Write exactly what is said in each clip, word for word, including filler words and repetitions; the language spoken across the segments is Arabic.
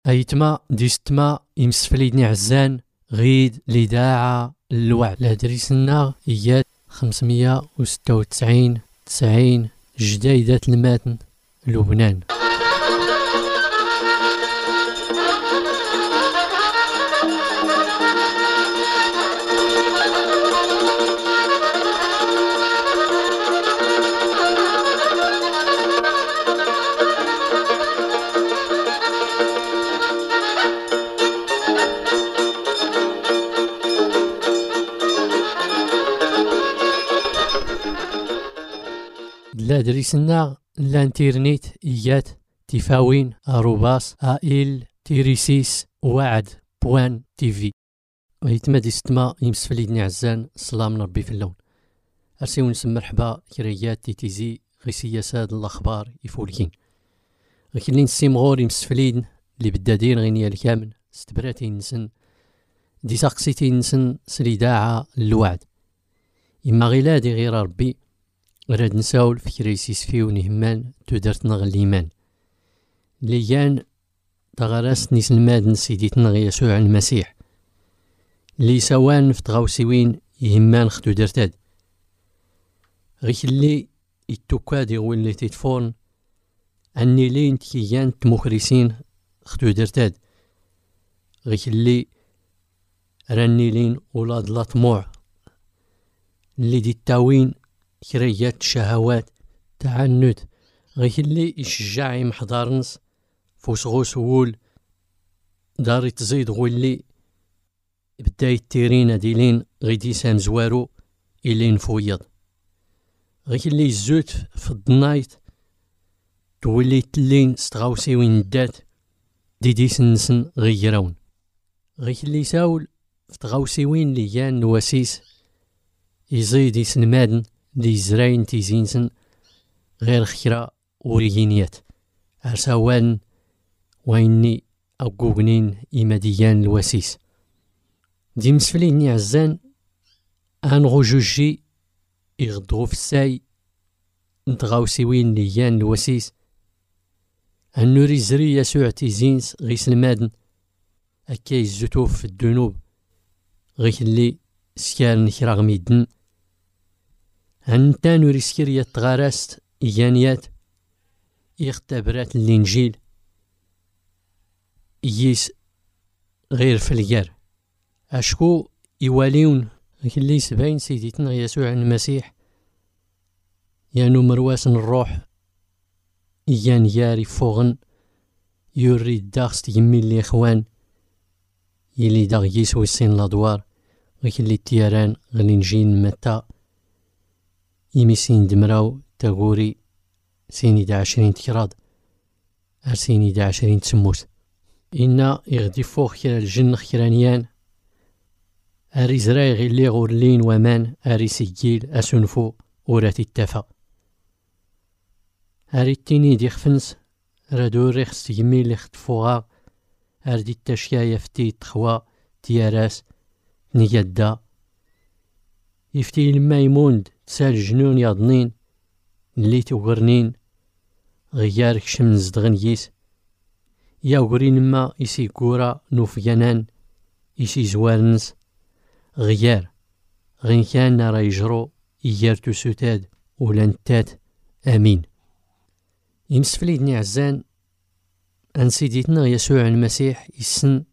أيتما ديستما يمسفليدني عزان غيد الإذاعة الوعد لهدريسنا إيات خمسمية وستة وتسعين تسعين جديدة الماتن لبنان. لا دريسنا الانترنت إيات تفاوين أروباس آئل تيريسيس وعد بوان تيفي. ويتما ديستما يمسفليدني عزان سلام ربي في اللون. أرسيو نسمى مرحبا كريات تي تيزي غي سياسات الأخبار يفولكين. غيكلين السيمغور يمسفليدن اللي بدادين غينيا الكامل ستبراتي نسن دي ساقسيتي نسن سليداعة الوعد. إما غيلادي غير ربي راد نساول في كريسيس فيو نهمان تودرتنا غليمان ليان تغرست نيس المادن سيديتنا غي يسوع المسيح لي سوان في تغاوسيوين يهمان ختو درتاد غيك اللي يتوكادي واللي تيتفورن أني لين تكيان تمخرسين ختو درتاد غيك اللي راني لين ولاد لا طموع اللي دي التاوين كريات شهوات تعنت غيك اللي يشجعي محضارنس فوسغو سوول داري تزيد غولي بداية تيرين ديلين غيدي سام زوارو إلين فويض غيك اللي يزوت في الدنايت تولي تلين ستغاوسي وين دات دي دي سنسن غيراون غيك اللي يساول في تغاوسي وين ليان نواسيس يزيد يسنمادن دي زراين تيزينسن غير خيرا وريجينيات عرساوان ويني أقوغنين إيماديان الواسيس دي مسفليني عزان أن غجوجي يغدغو في الساي نتغاوسيوين ليان الواسيس أن نوري زري يسوع تيزينس غيس المادن أكا يزوتوف في الدنوب غيك اللي سكار نكرا غميدن هنتان وريسكيريا تغارست إيانيات يختبرات الإنجيل ييس غير في الجار أشكو يواليون اللي سبعين سيديتنا يسوع المسيح يانو مرواسن الروح إيان ياري فوغن يوري الداغست يمي اللي إخوان يلي داغ يسوي السين لادوار غيك اللي تياران غلينجين متى يميسين دمراو تاغوري سيني دا عشرين تكراد ار سيني دا عشرين تسموت إنا يغدي فوق خير الجن خيرانيان اري زراي غي اللي غورلين ومان اري سجيل اسنفو وراتي التفا اري التيني دي خفنس رادو ريخس يمي اللي خطفوها اردي التشيا يفتي تخوا تياراس نيادا يفتي المايموند تسال جنون ياضنين اللي توغرنين غيارك شمز دغنيس يا غورين ما يسي كورا نوفيانان يسي زوارنس غيار غين كان راه يجرو يارتو سوتاد ولانتات امين يمسفليدني عزان ان سيديتنا يسوع المسيح يسن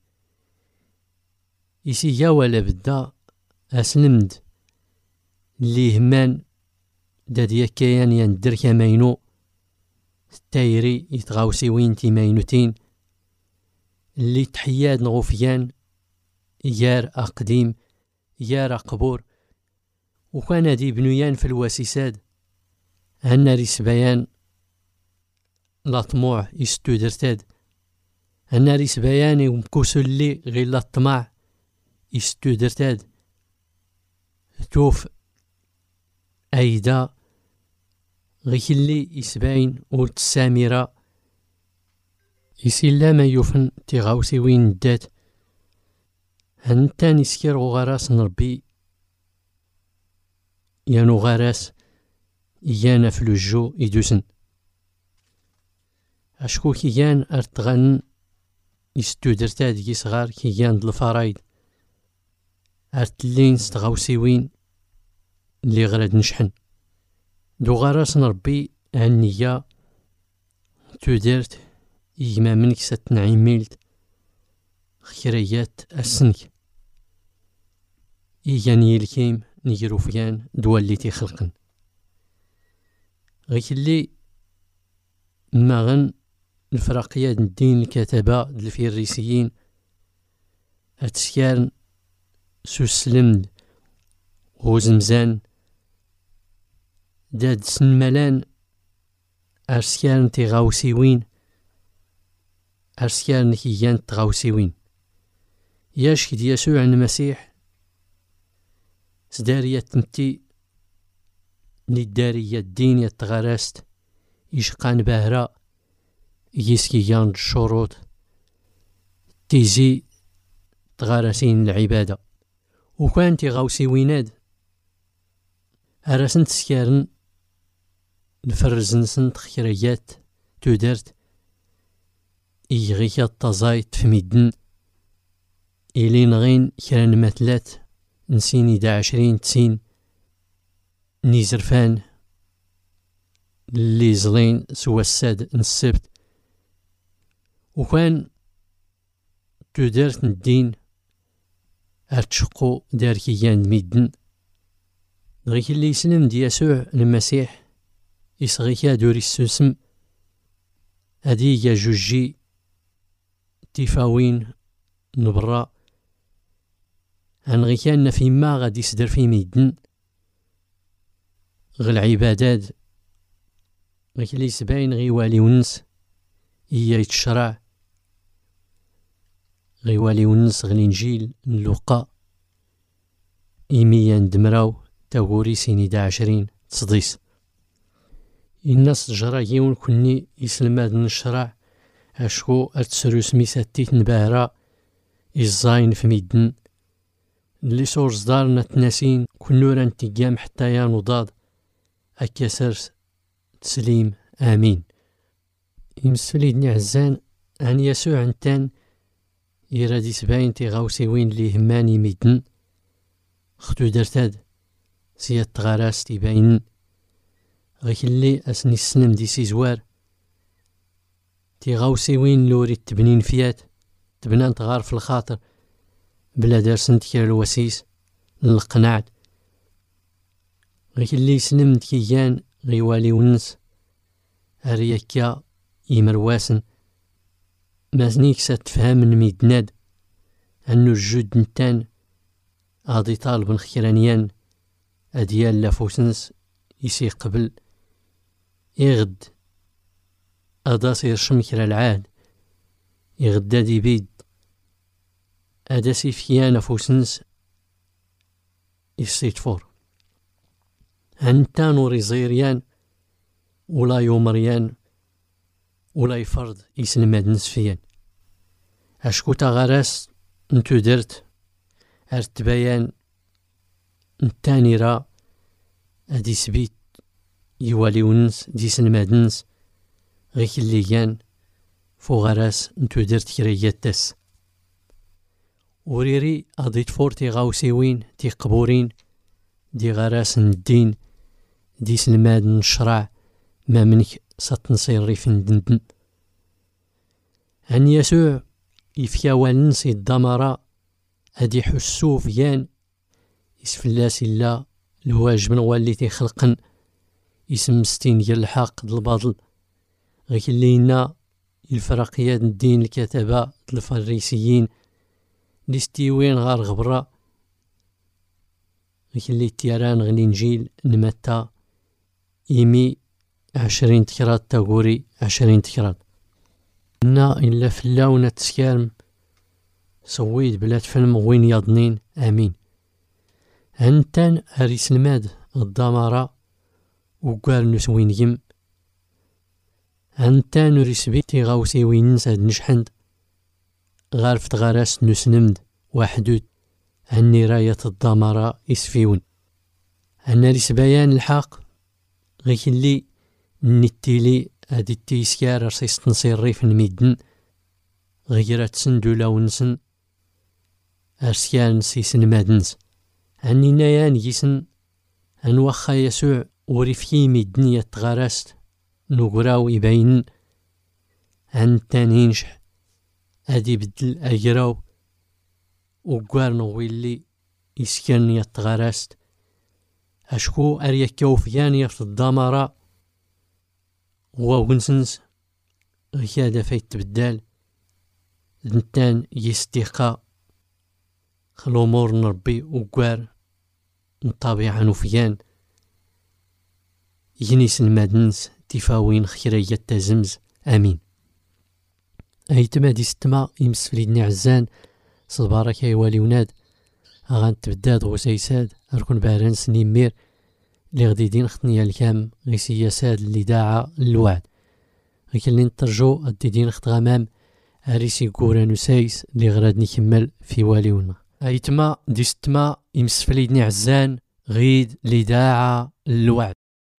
يسي يا ولا بدا اسلمد اللي همان داديا كيان يندر كماينو التايري يتغاوسي وين تيماينوتين اللي تحياد نغوفيان يار أقديم يار قبور وكان دي بنيان في الواسيساد هنا ريسبيان لا طموع يستو درتاد هنا ريسبيان ومكوسو اللي غير لا الطمع يستو درتاد توف أيدا غيك اللي يسباين ولت السامرة يسيلا ما يوفن تيغاوسي وين دات هنتان يسكر غراس نربي يانو غراس يانا في الجو يدوسن أشكو كيان أرتغن يستو درتا ديكي صغار كي جاند الفرايد ارتلين ستغاوسيوين اللي غراد نشحن دو غراس نربي هالنية تودرت يجمع منك ست نعيميلت خيريات السنك إيجاني الكيم نيرو فيان دوال اللي تيخلقن غيك اللي ماغن الفرقية الدين الكتبة الفريسيين هتسكارن سوسلمد وزمزان داد سن ملان أرسكارن تيغاوسيوين أرسكارن كيان تغاوسيوين ياش كد يسوع المسيح سدارية تمتي ندارية الدين يتغرست يشقان باهرة يسكي يان الشروط تيزي تغارسين العبادة وكان تيغاوسي ويناد أراسن تسكارن الفرزنسن تخيريات تودرت إيغيكا التزايت في ميدن إلي نغين كران ماتلات نسيني دا عشرين تسين نيزرفان اللي زلين سوا الساد نسبت وكان تودرت الدين ارتشقو دار كيان ميدن غيك اللي يسلم دي يسوع المسيح يصغيكا دوري السوسم هادي يا جوجي تيفاوين نبرا عن غيكان في ما غادي يصدر في ميدن غي العبادات غيك اللي سباين غيوالي ونس إيا يتشرع غيوالي ونس غي الإنجيل نلوقا إيميا ندمراو تاغوري سيني دا عشرين تصديس الناس جرايون كني يسلماد نشرع أشكو أتسرو سميساتي تنباهرا إزاين في ميدن اللي صور صدارنا تناسين كنورا نتقام حتى يا نضاد أكسرس تسليم آمين. يمسفليدني عزان عن يسوع نتان يرادي سباين تيغاوسيوين اللي هماني ميدن ختو درتاد سياد تغاراس تيباين غيك اللي أسني السنم دي سيزوار تيغاوسيوين لوري تبنين فيات تبنان تغار في الخاطر بلا دارسن تكير الوسيس للقناعد غيك اللي يسلم تكيان غيوالي ونس هريكا يمرواسن مازنيك ستفهم من ميدناد أنو الجود نتان غادي طالب خيرانيان أديال لافوسنس يسي قبل يغد أدا سير شمكرا العاد يغدا دي بيد أدا سيفيان فوسنس يسي تفور هنتان وريزيريان ولا يومريان ولا يفرض يسلماد نسفيان أشكو تغارس نتو درت ارتبايان نتاني را أدي سبيت يوالي ونس دي سلمادنس غيك اللي كان فو غراس نتو درت كريات تاس وريري أدي تفور تي غاوسيوين تي قبورين دي غراس الدين دي سلماد نشرع ما منك ستنصير ريف ندندن هن يسوع يفيا والنسي الدمرة هادي حسو فيان يسفلاس إلا الواجب نوالي تيخلقن يسم ستين ديال الحق د الباطل غيك اللينا الفرقيات الدين الكتبة الفريسيين اللي ستيوين غار غبرة غيك اللي تيران غي الإنجيل نمتا يمي عشرين تكرات تاغوري عشرين تكرات نا إلا فلاونا تسكارم سويد بلاد فيلم وين يضنين آمين هنتان هاريس الماد الدمارة وقال نسوين يم هنتان ريسبي تيغاوسي وين نساد نشحند غارفت غراس نسنمد وحدود هني راية الدمارة يسفيون هنا ريسبيان الحق غيك اللي نتيلي هادي التيسكار رصيص تنصير ريف الميدن غيرات سندولا ونسن أرسيان سيسن مادنس عني نيان يسن أن وخا يسوع ورفيمي الدنيا تغرست نقراو يبين عن تانينشح أدي بدل أجراو وقارن ويلي يسكن يتغرست أشكو أريا كوفيان يفت الدمارة وونسنس غيادة فايت تبدال دنتان يستيقا خلومور نربي وقار الطبيعة نوفيان ينيس المادنس تفاوين خيرية تزمز آمين. أيتما دي ستما يمس فريدني عزان صبارك يوالي وناد أغان تبداد غسيساد أركن باران سنيمير اللي غدي دين خطنيا الكام غي سياساد اللي داعا الوعد غيك اللي نترجو غدي دين خط غمام أريسي كورانو سايس اللي غراد نكمل في واليونا. أيتما دي ستما يمس فريدني عزان غيد اللي داعا الوعد.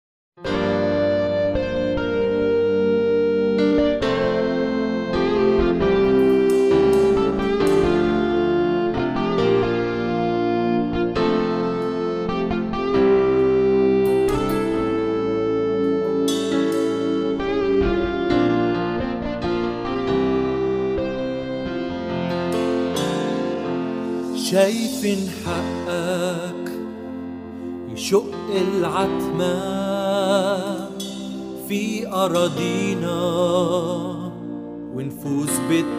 شايفين حقك يشق العتمة في أراضينا ونفوس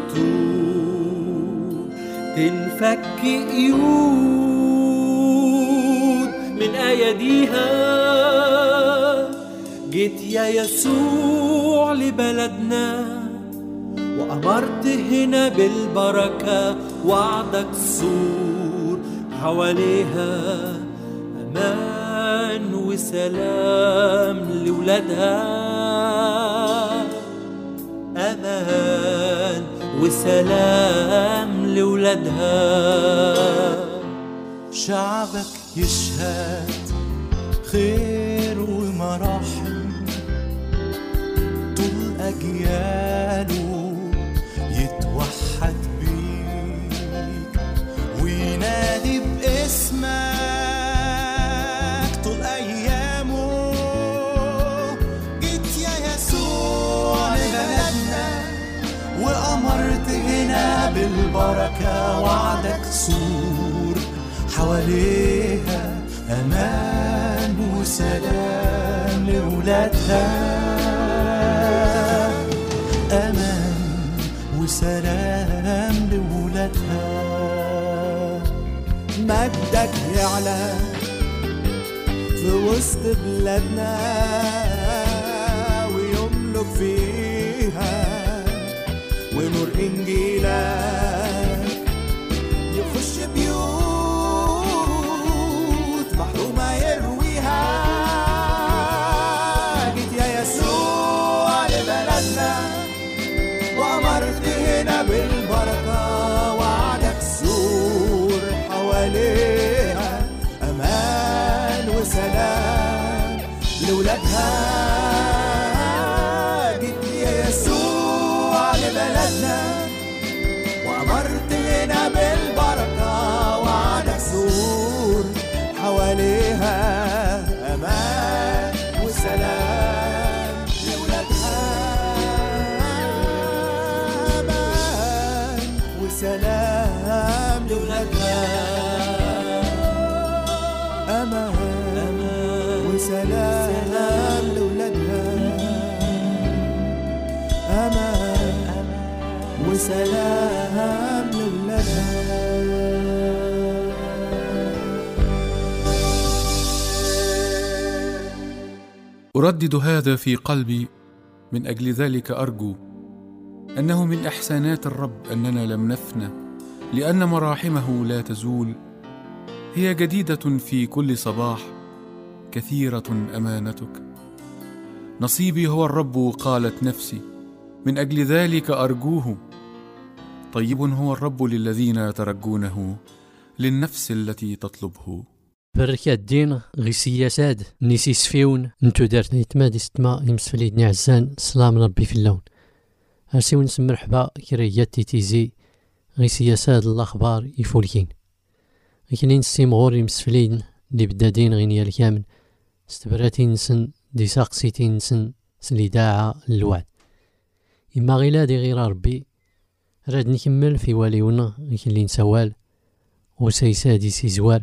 بالطول تنفك قيود من أيديها. جيت يا يسوع لبلدنا وأمرت هنا بالبركة، وعدك سور حواليها أمان وسلام لولادها، أمان وسلام لولادها. شعبك يشهد خير ومراحم طول أجياله، يتوحد بيك وينادي باسمك طول أيامه. جيت يا يسوع لبلدنا وأمرت هنا بالبركة، وعدك سور حواليها أمان وسلام لولادها، أمان وسلام لولادها. مجدك يعلى في وسط بلادنا ويملك فيها، ونور إنجيلك يخش بيوت محرومة يرويها. جيت يا يسوع لبلدنا وأمرت هنا بالبركة، وعدك سور حواليها أمان وسلام لولادها. جيت يا يسوع لبلدنا وأمرت هنا بالبركة، وعدك سور حواليها أمان وسلام لولادها، أمان وسلام لولادها، أمان وسلام لولادها، أمان وسلام لولادها. أردد هذا في قلبي، من أجل ذلك أرجو أنه من إحسانات الرب أننا لم نفنى، لأن مراحمه لا تزول، هي جديدة في كل صباح، كثيرة أمانتك. نصيبي هو الرب قالت نفسي، من أجل ذلك أرجوه. طيب هو الرب للذين يترجونه، للنفس التي تطلبه. بركة الدين غي سياساد نيسي سفيون نتو دارت نيتما دي ستما يمسفليدني عزان سلام ربي في اللون. هرسيو نسم مرحبا كريات تيتيزي غي سياسة الأخبار يفولكين غيكنين السيم غوري مسفلين اللي بدادين غينيا الكامل استبراتين نسن دي ساقسيتين نسن سلي داعة الوعد إما غيلا دي غير ربي راد نكمل في واليونا غيكنين سوال وسيسا دي سيزوار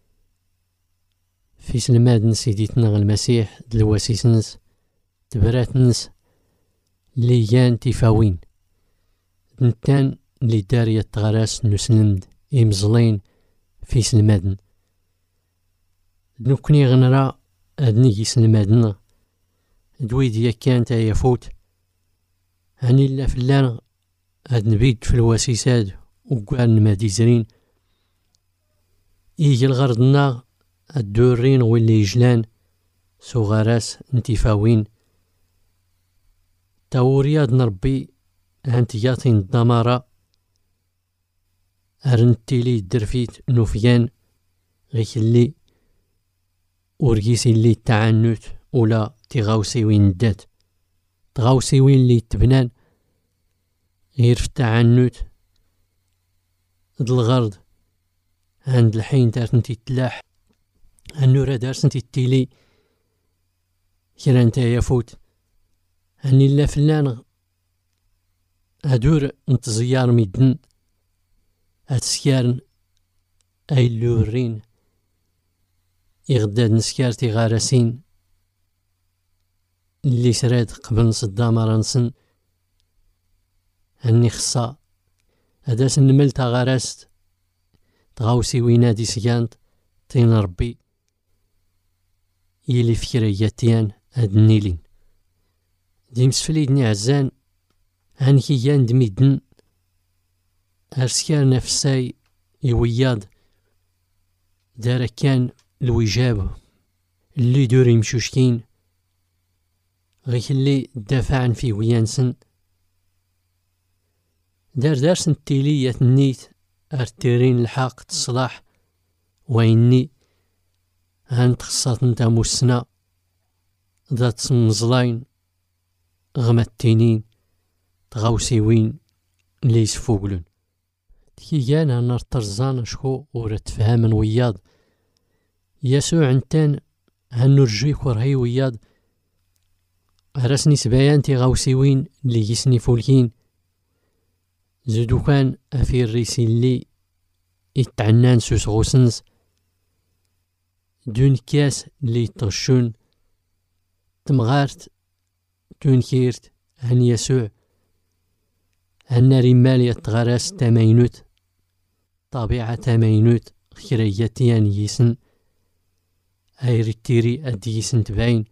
في سلماد نسيديتنا المسيح دلواسيس نس تبرات نس اللي كان تيفاوين نتان اللي دارية تغراس نسند إمزلين في سلمادن نكني غنرا أدني سلمادنا دويديا كانت يفوت هاني لا فلان هاد نبيد في الواسيساد وقال ما ديزرين يجي الغرضنا الدورين واللي يجلان سوغراس انتفاوين تاورياد نربي هانتياتين الدمارة هرنتيلي الدرفيت نوفيان غيك اللي ورقيسي اللي تعنوت ولا تغاوسي وين دات تغاوسي وين اللي تبنان غير في التعنوت الغرض عند الحين دارت نتي تلاح هنورا دارت نتي التيلي كرا نتا يفوت هني لا فلان هدور انتزيار ميدن هتسكارن اي اللورين يغداد نسكار تيغارسين اللي سراد قبل نص الدامر نسن هني خصا هدا سنمل تغارست تغاوسي وينادي سيانت تين ربي يلي فكرياتيان هاد النيلين دي مسفليدني عزان هانكي يان دميدن هرسكار نفساي يوياد دار كان الوجاب اللي دوري مشوشكين غيك اللي دافعن في ويانسن دار دارسن التيلية النيت ارتيرين الحق تصلاح ويني هان تخصات نتا موسنا ذات سمزلاين غمتينين تغاوسي وين اللي يسفوقلن تيجان هنا الطرزان شكو ورا تفهمن وياض يسوع انتان هنرجي كورهي وياض رسني سبايان تغاوسي وين اللي يسني فولكين زدو كان افي الريسي اللي يتعنان سوس غوسنس دون كاس اللي يطغشون تمغارت دون كيرت هن يسوع هن رمال يتغرس تمينوت طبيعة تمينوت خيريتيان يسن اير التيري ادي يسن تبعين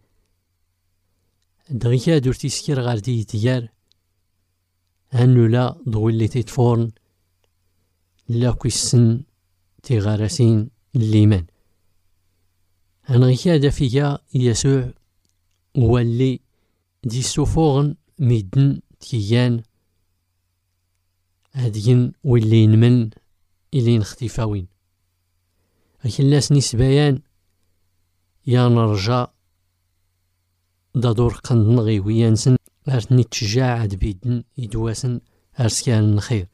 دغيا دورتي سكير غاردي ديار هنو لا ضوي اللي تيتفورن لا كيسن تيغارسين الليمان هنغيا دافيا يسوع هو اللي دي سوفوغن ميدن تيان هادين واللي نمن إلي نختفاوين لكن لاس نسبيان يا نرجع دا دور قندن غيويانسن ارتني تشجاع عاد بيدن يدواسن ارسكان الخير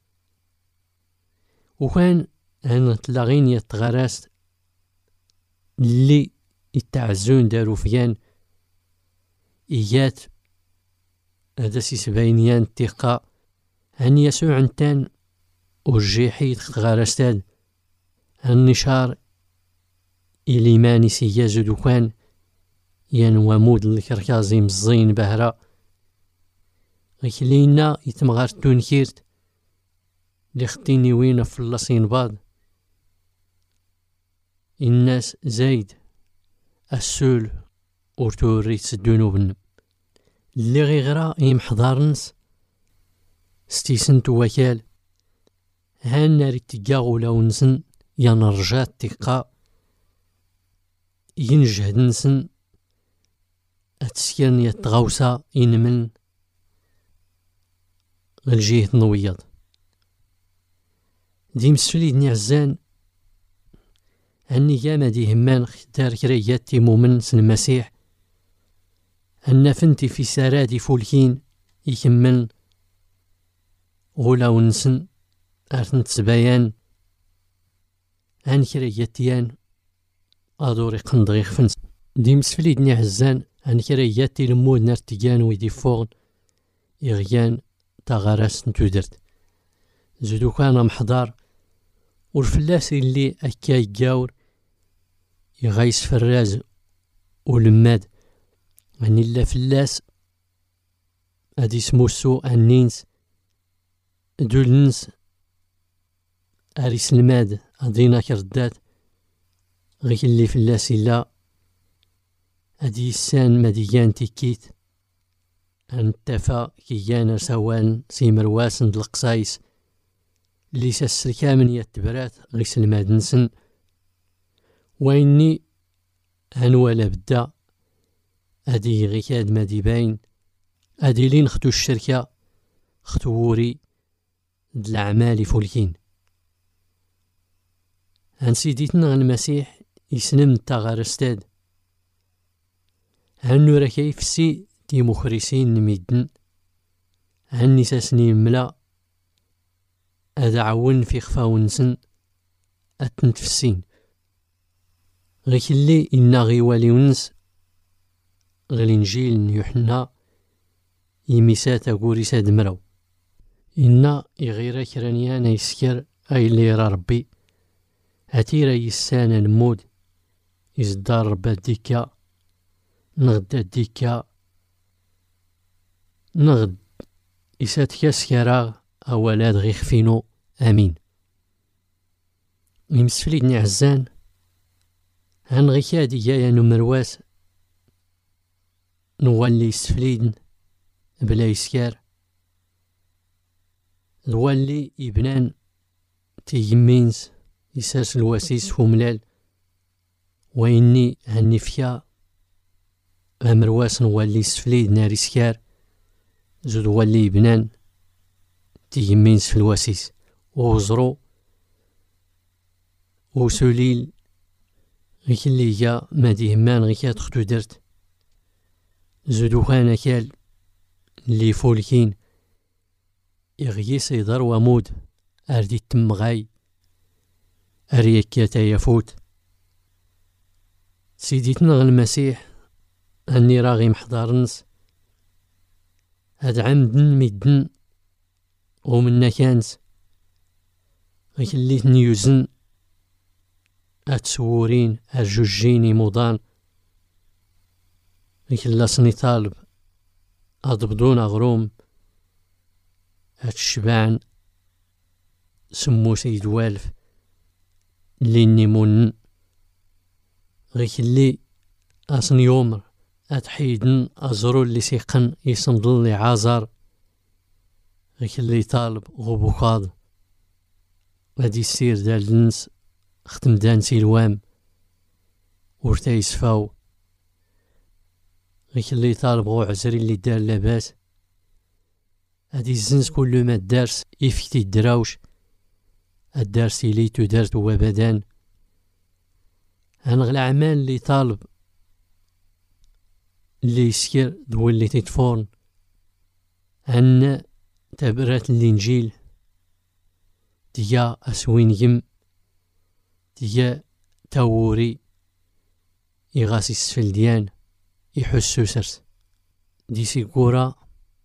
وكان هن تلاغين يتغراس اللي يتعزون دارو فيان إيات هذا سيسباينيان الثقة هن يسوع انتان والجيحي تغارستاد النشار إليماني سيازو دوكان ين ومود الكركازي مزين بهرا غيكلينا يتمغار تونكيرت لختيني وين فلاسين بعض الناس زايد السول ورتوري تسدونو بن اللي غيغرا يمحضارنس ستيسنت وكال هان ناري تيقاغو لونسن ينرجات تيقا ينجهد نسن اتسكن يتغوصا ينمن الجيه نويض دي مسفلي دني عزان هني جاما دي همان دار كريات تيمومن سن المسيح هنا فنتي في سرادي فولكين يكمل غولا ونسن أرثن تسبايان عن كرياتيان أدوري قندغي خفنس دي مسفليدني عزان عن كرياتي المود نرتيان ويدي فوغن إغيان تغارس نتودرت زدو كان محضار والفلاس اللي أكا يقاور يغايس فراز ولماد يعني إلا فلاس أدي سموسو النينس دولنس أريس الماد أدينا كردات غير اللي فلاس إلا أدي السان مديان تيكيت أنتفا كيانا سوان سيمرواسن دالقصايس اللي ساسركا من يتبرات غيس الماد نسن وإني هنوالا بدا أدي غيكاد مادي باين أدي لين خدو الشركة خطوري د الأعمال فولكين عن سيديتنا المسيح يسلم تاغار استاد عن نورا كيف سي تي مخرسين نميدن عن نساسني ملا أدعون في خفاونسن أتنتفسين غيك اللي إنا غيوالي ونس غالإنجيل يوحنا يميسات أقوري ساد مرو إنا يغير كرانيانا يسكر أي اللي يرى ربي هاتيرا يسانا المود يزدار ربا ديكا نغدا ديكا نغد إسات كاسكراغ أولاد غي خفينو أمين يمسفليدني عزان عن غي كادي جايا نمرواس نولي يسفليدن بلا يسكار نولي يبنان تيمينز يساس الواسيس فملال وإني هني فيا أمرواس نولي يسفليد ناري سكار زود ولي يبنان تيمينز في الواسيس ووزرو وسوليل غيك اللي جا مادي همان غيك تخدو درت زودو خانا كال اللي فولكين يغيس يضر ومود أردي التمغاي أريكاتا يفوت سيديتنا المسيح أني راغي محضارنس هاد عمدن ميدن ومنا كانت غيك اللي تنيوزن أتسورين أرجوجيني مضان غيك اللي صني طالب أضبدون أغروم أتشبعن سمو سيد والف اللي نيمون غيك اللي أصن يومر أتحيدن أزرو اللي سيقن يصمدن لي عازر غيك اللي طالب غبوكاض غادي يسير دال النس ختم دان سيلوام ورتا يسفاو غيك اللي طالب غو عزري اللي دار لاباس هادي الزنس كل ما الدارس يفكتي الدراوش الدارس اللي تدارت وابدان هنغ الأعمال اللي طالب اللي يسكر دو اللي تتفورن عن تبرات الإنجيل تيا أسوين يم تيا تاوري يغاسي السفلديان يحسو سرس دي سيكورا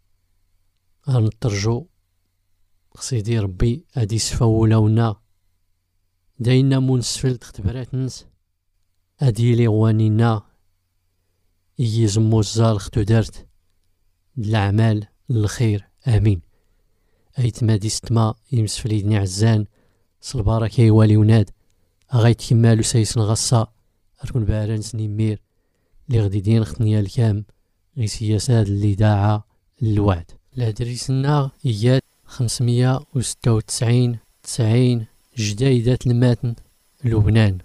غنطرجو قصيدي ربي ادي سفاولونا داينا منسفل تختبرات نس ادي لي غوانينا يزمو الزال ختو دارت الأعمال الخير آمين أيت ما دي ستما يمسفليدني عزان صلبارك يوالي وناد أغايت كمالو سيسن غصا أركن باران سنيمير لي غدي دين ختنيا الكام غي سياسات اللي داعا الوعد الأدريسنا إياد خمسمية وستة وتسعين تسعين جديدة الماتن لبنان.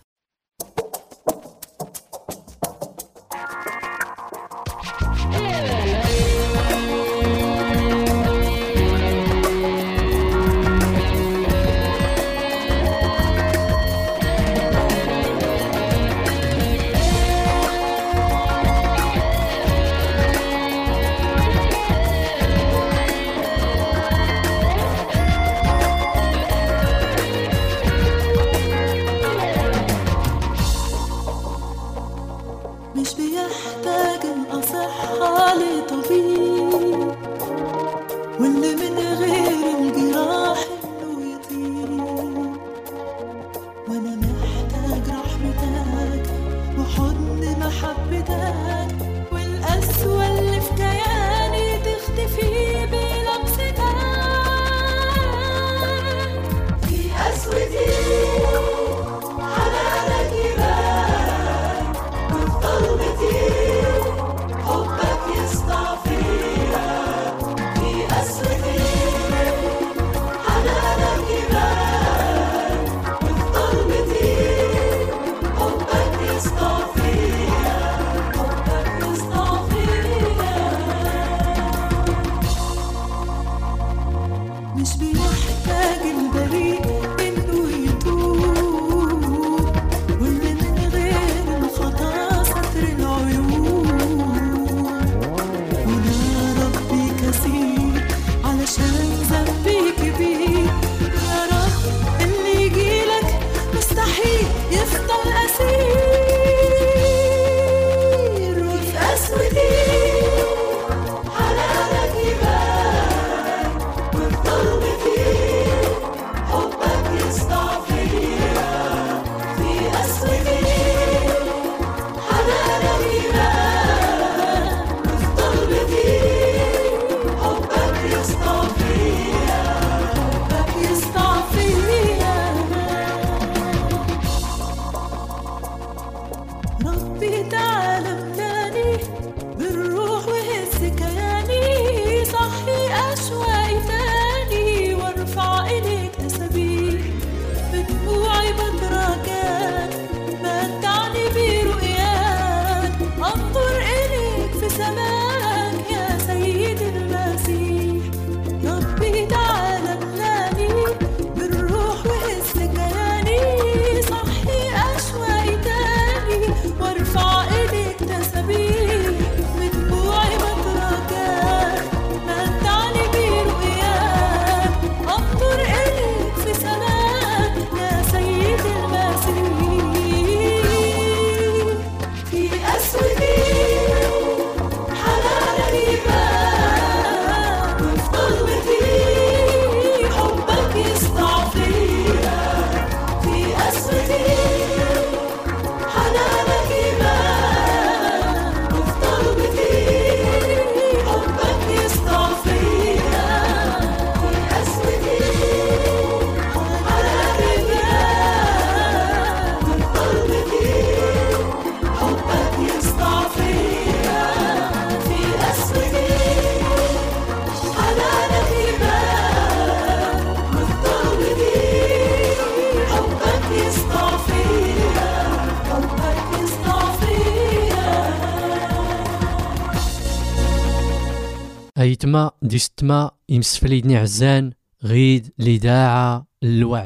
ايتما ديستما يمسفليدني عزان غيد لداعة الوعد.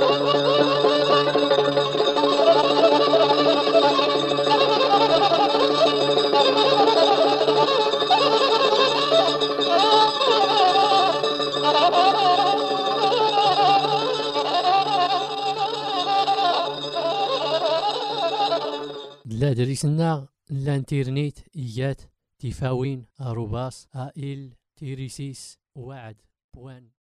لا دريسنا لا انترنيت ايات تيفاوين اروباس ائل تيريسيس وعد بوان